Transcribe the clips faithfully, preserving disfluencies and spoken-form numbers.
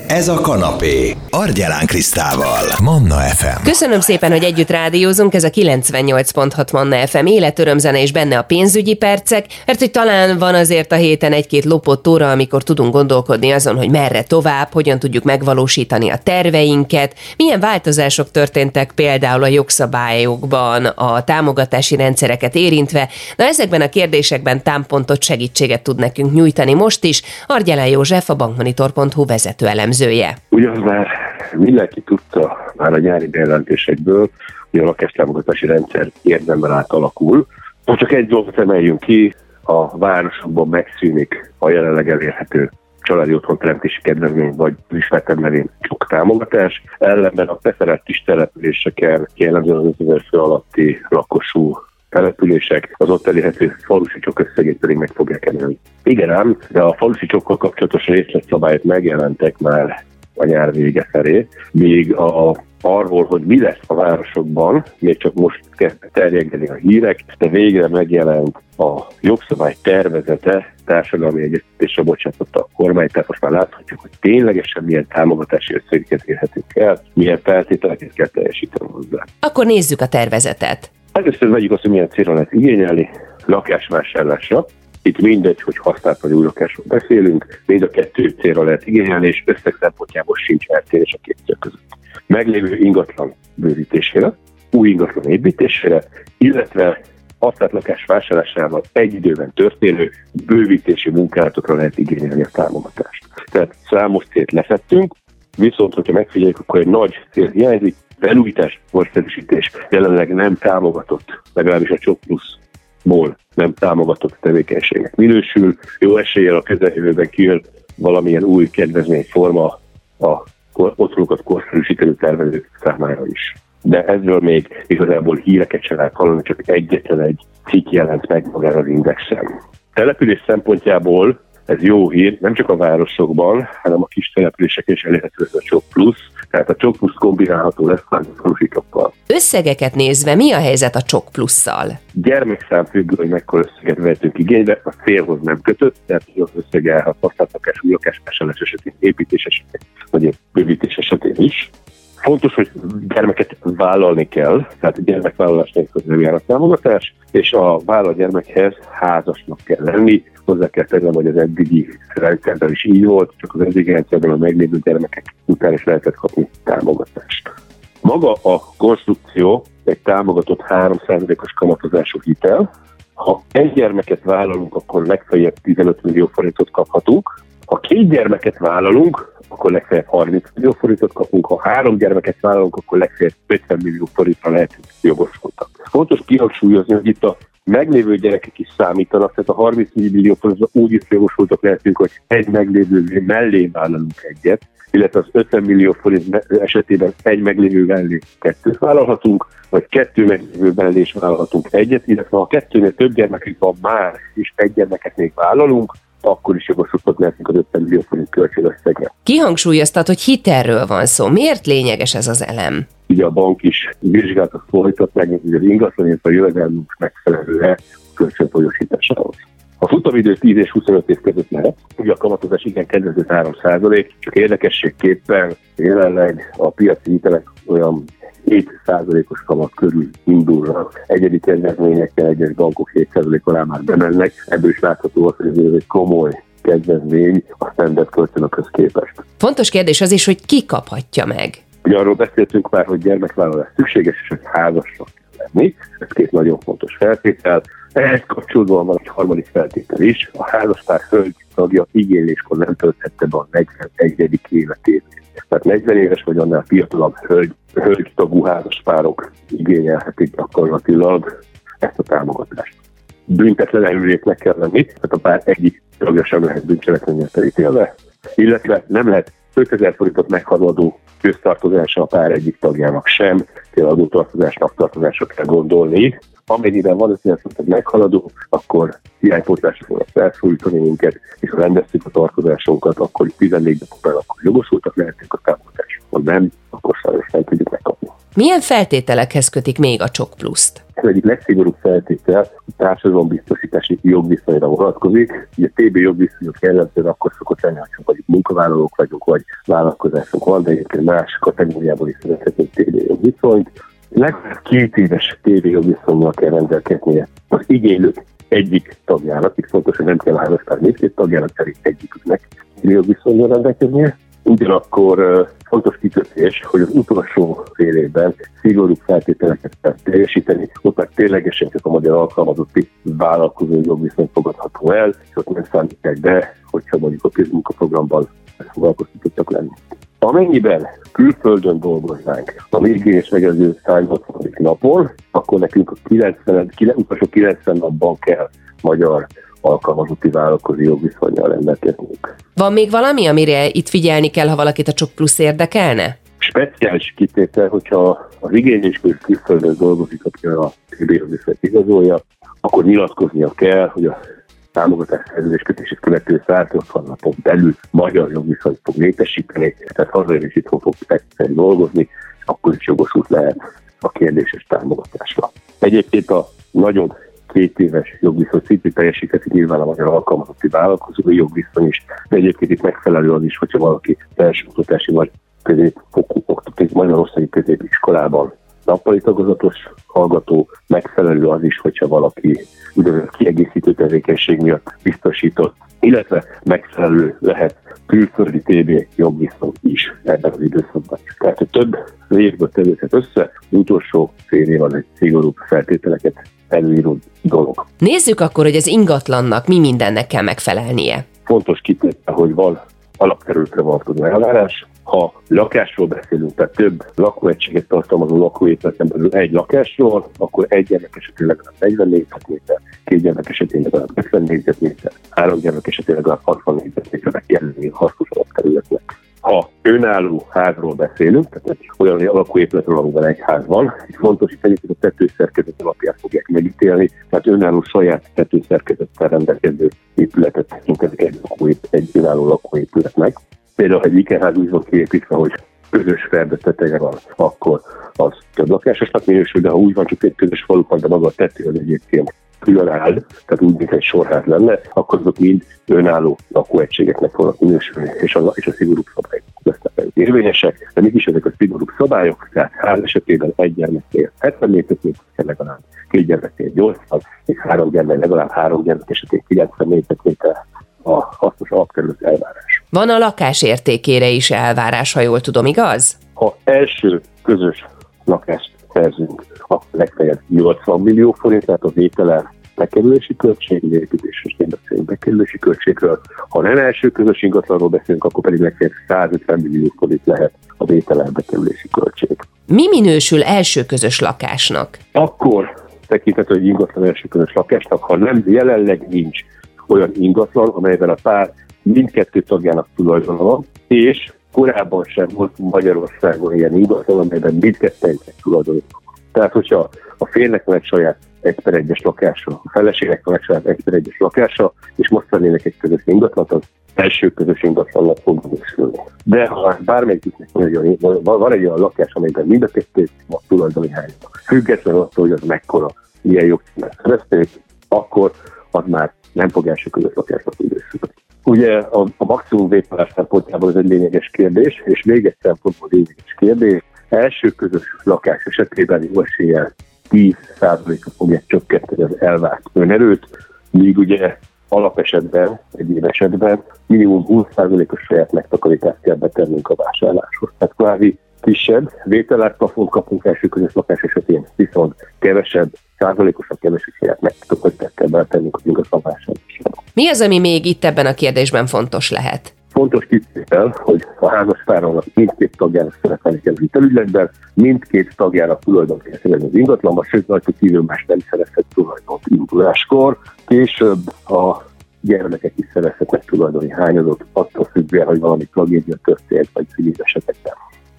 Ez a kanapé. Argyelán Krisztával. Manna ef em. Köszönöm szépen, hogy együtt rádiózunk. Ez a kilencvennyolc pont hat Manna ef em élet, örömzene és benne a pénzügyi percek, mert hogy talán van azért a héten egy-két lopott óra, amikor tudunk gondolkodni azon, hogy merre tovább, hogyan tudjuk megvalósítani a terveinket, milyen változások történtek például a jogszabályokban, a támogatási rendszereket érintve. Na, ezekben a kérdésekben támpontot, segítséget tud nekünk nyújtani most is Argyelán József, a bankmonitor pont hu vezető elemzője. Ugyan már mindenki tudta már a nyári bejelentésekből, hogy a lakástámogatási rendszer érdemben átalakul. Most csak egy dolgot emeljünk ki, a városokban megszűnik a jelenleg elérhető családi otthonteremtési kedvezmény vagy ismertebb nevén csok támogatás, ellenben a preferált kis településeken, jellemzően az ötezer fő alatti lakosú települések, az ott elérhető falusi csok összegét pedig meg fogják emelni. Igen ám, de a falusi csokkal kapcsolatos részletszabályok megjelentek már a nyár vége felé, míg a, arról, hogy mi lesz a városokban, még csak most kezd terjedni a hírek, de végre megjelent a jogszabály tervezete, társadalmi egyeztetésre bocsátotta a kormány, tehát most már láthatjuk, hogy ténylegesen milyen támogatási összegeket érhetünk el, milyen feltételeket kell teljesíteni hozzá. Akkor nézzük a tervezetet. Először vegyük azt, hogy milyen célra lehet igényelni, lakásvásárlásra. Itt mindegy, hogy használt vagy új lakásról beszélünk, mind a kettő célra lehet igényelni, és összeg szempontjából sincs eltérés a két cél között. Meglévő ingatlan bővítésére, új ingatlan építésére, illetve használt lakás vásárlásával egy időben történő bővítési munkálatokra lehet igényelni a támogatást. Tehát számos célt lefettünk, viszont hogyha megfigyeljük, akkor egy nagy cél hiányzik, felújítás, korszerűsítés jelenleg nem támogatott, legalábbis a Csok Pluszból nem támogatott tevékenységnek minősül. Jó eséllyel a közeljövőben kijön valamilyen új kedvezményforma a otthonukat korszerűsítő tervezők számára is. De ezről még igazából híreket sem lehet hallani, csak egyetlen egy cikk jelent meg magára az Indexen. Település szempontjából ez jó hír, nem csak a városokban, hanem a kis településeken is elérhető ez a Csok Plusz, tehát a Csok Plusz kombinálható lesz a falusi csokkal. Összegeket nézve, mi a helyzet a Csok Plusszal? Gyermekszám függő, hogy mekkora összeget vehetünk igénybe, a célhoz nem kötött, tehát az összeg elhat használt lakás, új lakás, vásárlás esetén, építés esetén, vagy bővítés esetén is. Fontos, hogy gyermeket vállalni kell, tehát a gyermekvállalás nélkül nem jár a támogatás, és a vállalt gyermekhez házasnak kell lenni. Hozzá kell tennem, hogy az eddigi rendszerben is így volt, csak az eddigi rendszerben a meglévő gyermekek után is lehetett kapni támogatást. Maga a konstrukció egy támogatott három százalékos kamatozású hitel. Ha egy gyermeket vállalunk, akkor legfeljebb tizenöt millió forintot kaphatunk. Ha két gyermeket vállalunk, akkor legfeljebb harminc millió forintot kapunk, ha három gyermeket vállalunk, akkor legfeljebb ötven millió forintra lehetünk jogosultak. Fontos kihangsúlyozni, hogy itt a meglévő gyerekek is számítanak, tehát a harminc millió forintra úgy is jogosultak lehetünk, hogy egy meglévő mellé vállalunk egyet, illetve az ötven millió forint esetében egy meglévő mellé kettőt vállalhatunk, vagy kettő meglévő mellé is vállalhatunk egyet, illetve ha kettőnél több gyermekünk van már, és egy gyermeket még vállalunk, akkor is jogosultak lehetünk az ötven millió forint kölcsönösszegre. Kihangsúlyoztat, hogy hitelről van szó. Miért lényeges ez az elem? Ugye a bank is vizsgálatot folytat meg, hogy az ingatlan, illetve a jövedelmünk megfelelő-e kölcsönfolyósításához. A futamidő tíz és huszonöt év között lehet, ugye a kamatozás igen kedvező három százalék, csak érdekességképpen jelenleg a piaci hitelek olyan hét százalékos kamat körül indulnak. Egyedi kedvezményekkel egyes bankok hét százalék alá már bemennek, ebből is látható az, hogy ez egy komoly kedvezmény a standard kölcsönökhöz képest. Fontos kérdés az is, hogy ki kaphatja meg. Ugye arról beszéltünk már, hogy gyermekvállalás szükséges, és hogy házasnak kell lenni. Ez két nagyon fontos feltétel. Ehhez kapcsolódóan van egy harmadik feltétel is. A házaspár hölgy tagja igényléskor nem tölthette be a negyvenegyedik életét. Tehát negyven éves vagy annál fiatalabb hölgy, hölgy tagú házaspárok igényelhetik gyakorlatilag ezt a támogatást. Büntetlen erőlétnek kell lenni, tehát a pár egyik tagja sem lehet bűncselekményen elítélve, illetve nem lehet ötezer forintot meghaladó köztartozása a pár egyik tagjának sem, például adótartozásnak tartozásra kell gondolni. Amennyiben van ötezer forintot meghaladó, akkor hiánypótlásra fognak felszólítani minket, és ha rendeztük a tartozásunkat, akkor tizennégy napokban akkor jogosultak lehetünk a támogatásra. Ha nem, akkor sajnos nem tudjuk megkapni. Milyen feltételekhez kötik még a Csok Pluszt? az egyik legszigorúbb feltétel a társadalombiztosítási jogviszonyra vonatkozik. Ugye a té bé jogviszonyok jellemzően akkor szokott lenni, ha csak vagyunk munkavállalók vagyunk, vagy vállalkozásunk van, de egyébként más kategóriából is szerethetünk té bé jogviszonyt. Legalább két éves té bé jogviszonnyal kell rendelkeznie az igénylők egyik tagjának, itt fontos, hogy nem kell házastárni mindkét tagjának, pedig egyiküknek té bé jogviszonnyal rendelkeznie. Ugyanakkor fontos kikötés, hogy az utolsó fél évben szigorúbb feltételeket kell teljesíteni, ott már ténylegesen csak a magyar alkalmazotti vállalkozói jogviszony fogadható el, és ott nem számítják be, hogyha mondjuk a közmunkaprogramban foglalkoztatottak lenni. Amennyiben külföldön dolgoznánk a végigényes megelőző száznyolcvanadik napon, akkor nekünk a kilencven, utolsó kilencven napban kell magyar alkalmazotti vállalkozói jogviszonnyal rendelkeznünk. Van még valami, amire itt figyelni kell, ha valakit a Csok Plusz érdekelne? Speciális kitétel, hogyha az igényes külföldön dolgozik, aki a té bé jogviszonyt igazolja, akkor nyilatkoznia kell, hogy a támogatás szerződéskötését követő száz nyolcvan napon belül magyar jogviszonyt fog létesíteni, tehát hazajön is itthon fog egyszerűen dolgozni, akkor is jogosult lehet a kérdéses támogatásra. Egyébként a nagyon két éves jogviszony szintű teljesítheti nyilván a magyar alkalmazotti vállalkozói jogviszony is, de egyébként itt megfelelő az is, hogyha valaki felsőoktatási vagy középfokú oktatási magyarországi középiskolában nappali tagozatos hallgató, megfelelő az is, hogyha valaki úgynevezett kiegészítő tevékenység miatt biztosított, illetve megfelelő lehet külföldi té bé jogviszony is ebben az időszakban. Tehát, hogy több évből tevőzhet össze, az utolsó fél év az egy szigorúbb feltételeket előíró dolog. Nézzük akkor, hogy az ingatlannak mi mindennek kell megfelelnie. Fontos kitétel, hogy van alapterületre vonatkozó elvárás. Ha lakásról beszélünk, tehát több lakóegységet tartalmazó lakóépületen belül egy lakásról, akkor egy gyermek esetén legalább negyven négyzetméter, két gyermek esetén legalább ötven négyzetméter, három gyermek esetén legalább hatvan négyzetméternek jellemző hasznos alapterületnek. Ha önálló házról beszélünk, tehát egy olyan lakóépületről, amiben egy ház van, itt fontos, hogy egyébként a tetőszerkezet alapján fogják megítélni, tehát önálló saját tetőszerkezettel rendelkező épületet tekintenek egy, egy önálló lakóépületnek. Például, ha egy ikerház úgy van kiépítve, hogy közös ferdő teteje van, akkor az több lakásosnak minősül, de ha úgy van, csak egy közös faluban, de maga a tető az egyébként külön áll, tehát úgy, mint egy sorház lenne, akkor azok mind önálló lakóegységeknek fognak minősülni, és a, és a szigorúbb szabályok lesznek érvényesek. De mégis ezek a szigorúbb szabályok, tehát ház esetében egy gyermeknél hetven négyzetméter legalább, két gyermeknél nyolcvan, és három gyermek legalább három gyermek esetén kilencven négyzetméter a hasznos alapkerület elvárás. Van a lakás értékére is elvárás, ha jól tudom, igaz? Ha első közös lakást szerzünk, akkor legfeljebb nyolcvan millió forint, tehát a vételen bekerülési költség, építéses beszélünk bekerülési költségről. Ha nem első közös ingatlanról beszélünk, akkor pedig legfeljebb százötven millió forint lehet a vételen bekerülési költség. Mi minősül első közös lakásnak? Akkor tekinthető, hogy ingatlan első közös lakásnak, ha nem jelenleg nincs olyan ingatlan, amelyben a pár mindkettő tagjának tulajdona van, és korábban sem volt Magyarországon ilyen ingatlan, amelyben mindkettőnek tulajdona van. Tehát, hogyha a férnek van egy saját egy per egyes lakása, a feleségnek van egy saját egy per egyes lakása, és most vennének egy közös ingatlant, az első közös ingatlannak fog minősülni. De ha bármelyiknek van egy olyan lakás, amelyben mind a kettő a tulajdoni hányzat, függetlenül attól, hogy az mekkora ilyen jogcímet szerezték, akkor az már nem fog első közös lakásnak minősülni. Ugye a, a maximum vételás szempontjából ez egy lényeges kérdés, és még egy szempontból lényeges kérdés. Első közös lakás esetében jó eséllyel tíz százalékra fogja csökkenteni az elvárt önerőt, míg ugye alapesetben, egy év esetben minimum húsz százalékos saját megtakarítást kell betennünk a vásárláshoz. Tehát kvázi kisebb vételárplafont kapunk első közös lakás esetén, viszont kevesebb, százalékosan kevesebb saját megtakarítást kell betennünk az ingatlan vásárlásába. Mi az, ami még itt ebben a kérdésben fontos lehet? Fontos kitétel, hogy a házaspárnak mindkét tagjának szerepelni kell hitelügyletben, mindkét tagjának tulajdon kell szerezni az ingatlanba, sőt, rajta kívül más nem szerezhet tulajdont induláskor. Később a gyermekek is szerezhetnek tulajdoni hányadot, attól függően, hogy valami tragédia történt, vagy civil esetekben.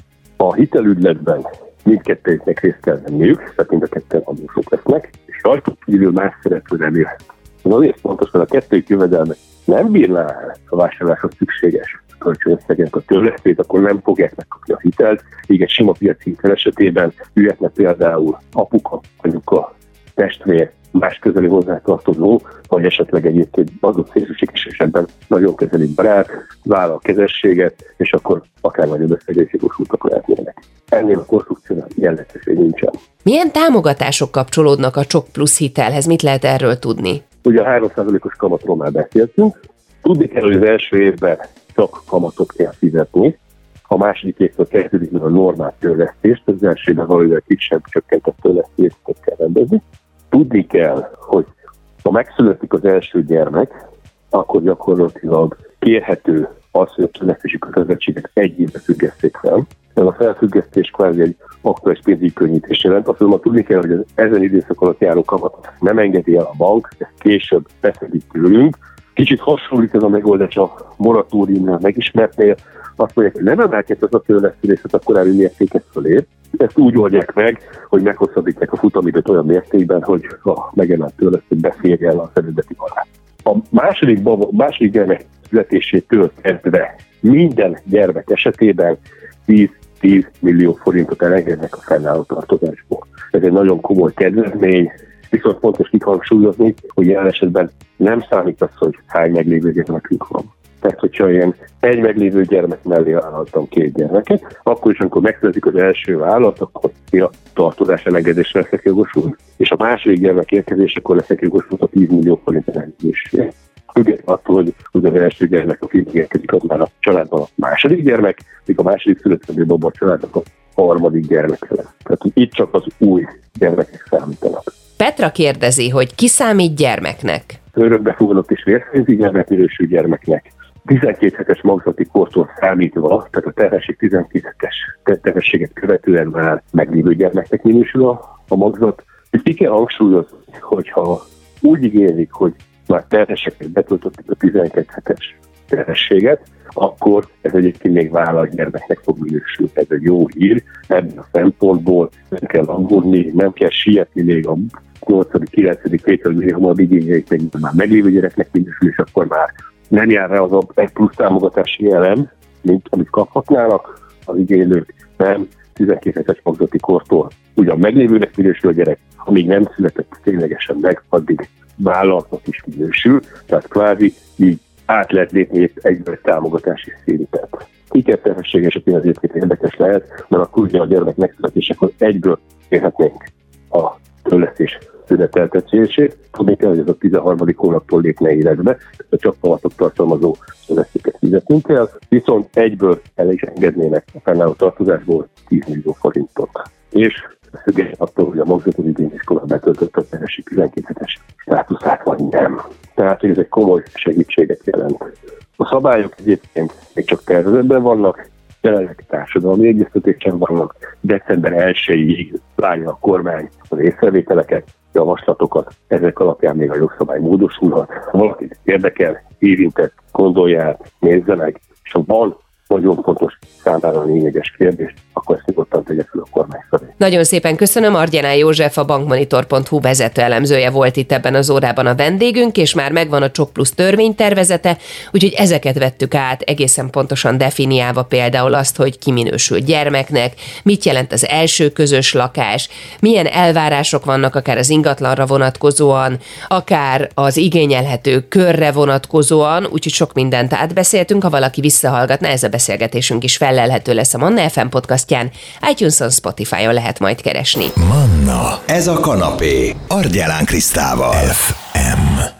A hitelügyletben mindkettőjüknek részt kell venniük, tehát mind a ketten adósok lesznek, és rajta kívül más szereplő nem jöhet. Ez azért fontos, mert a kettőjük jövedelme nem bírná el a vásárláshoz szükséges kölcsönösszegek a tőlesztét, akkor nem fogják megkapni a hitelt. Így egy sima piaci hitel esetében jöhetne például apuka, anyuka testvér, más közeli hozzátartozó, vagy esetleg egyébként adott szélsőséges esetben nagyon közeli barát, vállal kezességet, és akkor akár nagyobb összegek jogosultak lehetnének. Ennél a konstrukciónál jellegzetesség nincsen. Milyen támogatások kapcsolódnak a Csok Plusz hitelhez? Mit lehet erről tudni? Ugye a három százalékos kamatról már beszéltünk. Tudni kell, hogy az első évben csak kamatot kell fizetni. A második évtől kezdődik meg a normál törlesztést, az első évben valójában kisebb csökkentett törlesztést kell rendezni. Tudni kell, hogy ha megszületik az első gyermek, akkor gyakorlatilag kérhető az, hogy a törlesztési kötelezettséget egy évre függesszék fel. Ez a felfüggesztés kvázi egy aktuális pénzügyi könnyítés jelent. Azt mondom, tudni kell, hogy az ezen időszak alatt járó kamatot nem engedi el a bank, ezt később beszedik tőlünk. Kicsit hasonlít ez a megoldás a moratóriumnál megismertnél. Azt mondják, hogy nem emelkedett az a törlesztődést, a korábbi mértéket fölé. Ezt úgy oldják meg, hogy meghosszabbítják a futamidőt olyan mértékben, hogy a megemelt törlesztő beférjen az eredeti alá. A második, baba, második gyermek születésétől kezdve minden gyermek esetében tíz millió forintot elengednek a fennálló tartozásból. Ez egy nagyon komoly kedvezmény, viszont fontos kihangsúlyozni, hogy jelen esetben nem számít az, hogy hány meglévő gyermekünk van. Tehát, hogyha én egy meglévő gyermek mellé vállaltam két gyermeket, akkor is, amikor megszületik az első vállalat, akkor én a tartozás elengedésre leszek jogosult, és a második gyermek érkezésekor leszek jogosult a tíz millió forint elengedésre. Függetlenül attól, hogy ugye az első gyermek a fiú érkezik, az már a családban a második gyermek, míg a második születendő baba a családnak a harmadik gyermeke lesz. Tehát itt csak az új gyermekek számítanak. Petra kérdezi, hogy ki számít gyermeknek? Örökbefogadott és vérszerinti gyermek minősül gyermeknek. tizenkét hetes magzati kortól számítva, tehát a terhesség tizenkét hetes terhességet követően már meglévő gyermeknek minősül a, a magzat. És ki kell hangsúlyozni, hogyha úgy igénylik, hogy már terheseket betöltötték a tizenkét hetes terhességet, akkor ez egyébként még vállalt gyermeknek fog minősülni. Ez egy jó hír, ebben a szempontból nem kell aggódni, nem kell sietni még a nyolcadik kilencedik hétől, még hamarabb igényeik, még már meglévő gyereknek minősül, és akkor már nem jár rá az a egy plusz támogatási elem, mint amit kaphatnának az igénylők, nem tizenkét hetes magzati kortól. Ugyan meglévőnek minősül a gyerek, amíg nem született ténylegesen meg, addig vállalatnak is minősül, tehát kvázi így át lehet lépni egy támogatási szintet. Ikerterhesség esetén az egyébként érdekes lehet, mert akkor ugye a gyermek megszületésekor egyből érhetnénk a törlesztés szüneteltetését. Tudni kell, hogy ez a tizenharmadik hónaptól lépne életbe, tehát csak kamatok tartalmazó törlesztéket fizetnünk kell, viszont egyből el is engednének a fennálló tartozásból tíz millió forintot. És függően attól, hogy a magzatot igényiskola betöltött a terhesség tizenkét hetes státuszát, vagy nem. Tehát ez egy komoly segítséget jelent. A szabályok egyébként még csak tervezetben vannak, jelenleg társadalmi egyeztetésen vannak, december elsejéig várja a kormány az észrevételeket, javaslatokat, ezek alapján még a jogszabály módosulhat. Ha valakit érdekel, érintett, gondolja át, nézze meg, és ha van nagyon fontos számára lényeges kérdés, akkor ezt nyugodtan tegye fel a kormány felé. Nagyon szépen köszönöm, Ardjánál József, a bankmonitor pont hu vezető elemzője volt itt ebben az órában a vendégünk, és már megvan a Csok Plusz törvénytervezete, úgyhogy ezeket vettük át, egészen pontosan definiálva például azt, hogy ki minősül gyermeknek, mit jelent az első közös lakás, milyen elvárások vannak akár az ingatlanra vonatkozóan, akár az igényelhető körre vonatkozóan, úgyhogy sok mindent átbeszéltünk, ha valaki visszahallgatna, ez a beszélgetésünk is fellelhető lesz a Manna ef em podcastján, iTunes-on, Spotify-on lehet majd keresni. Manna, ez a kanapé, Argyelán Krisztával. ef em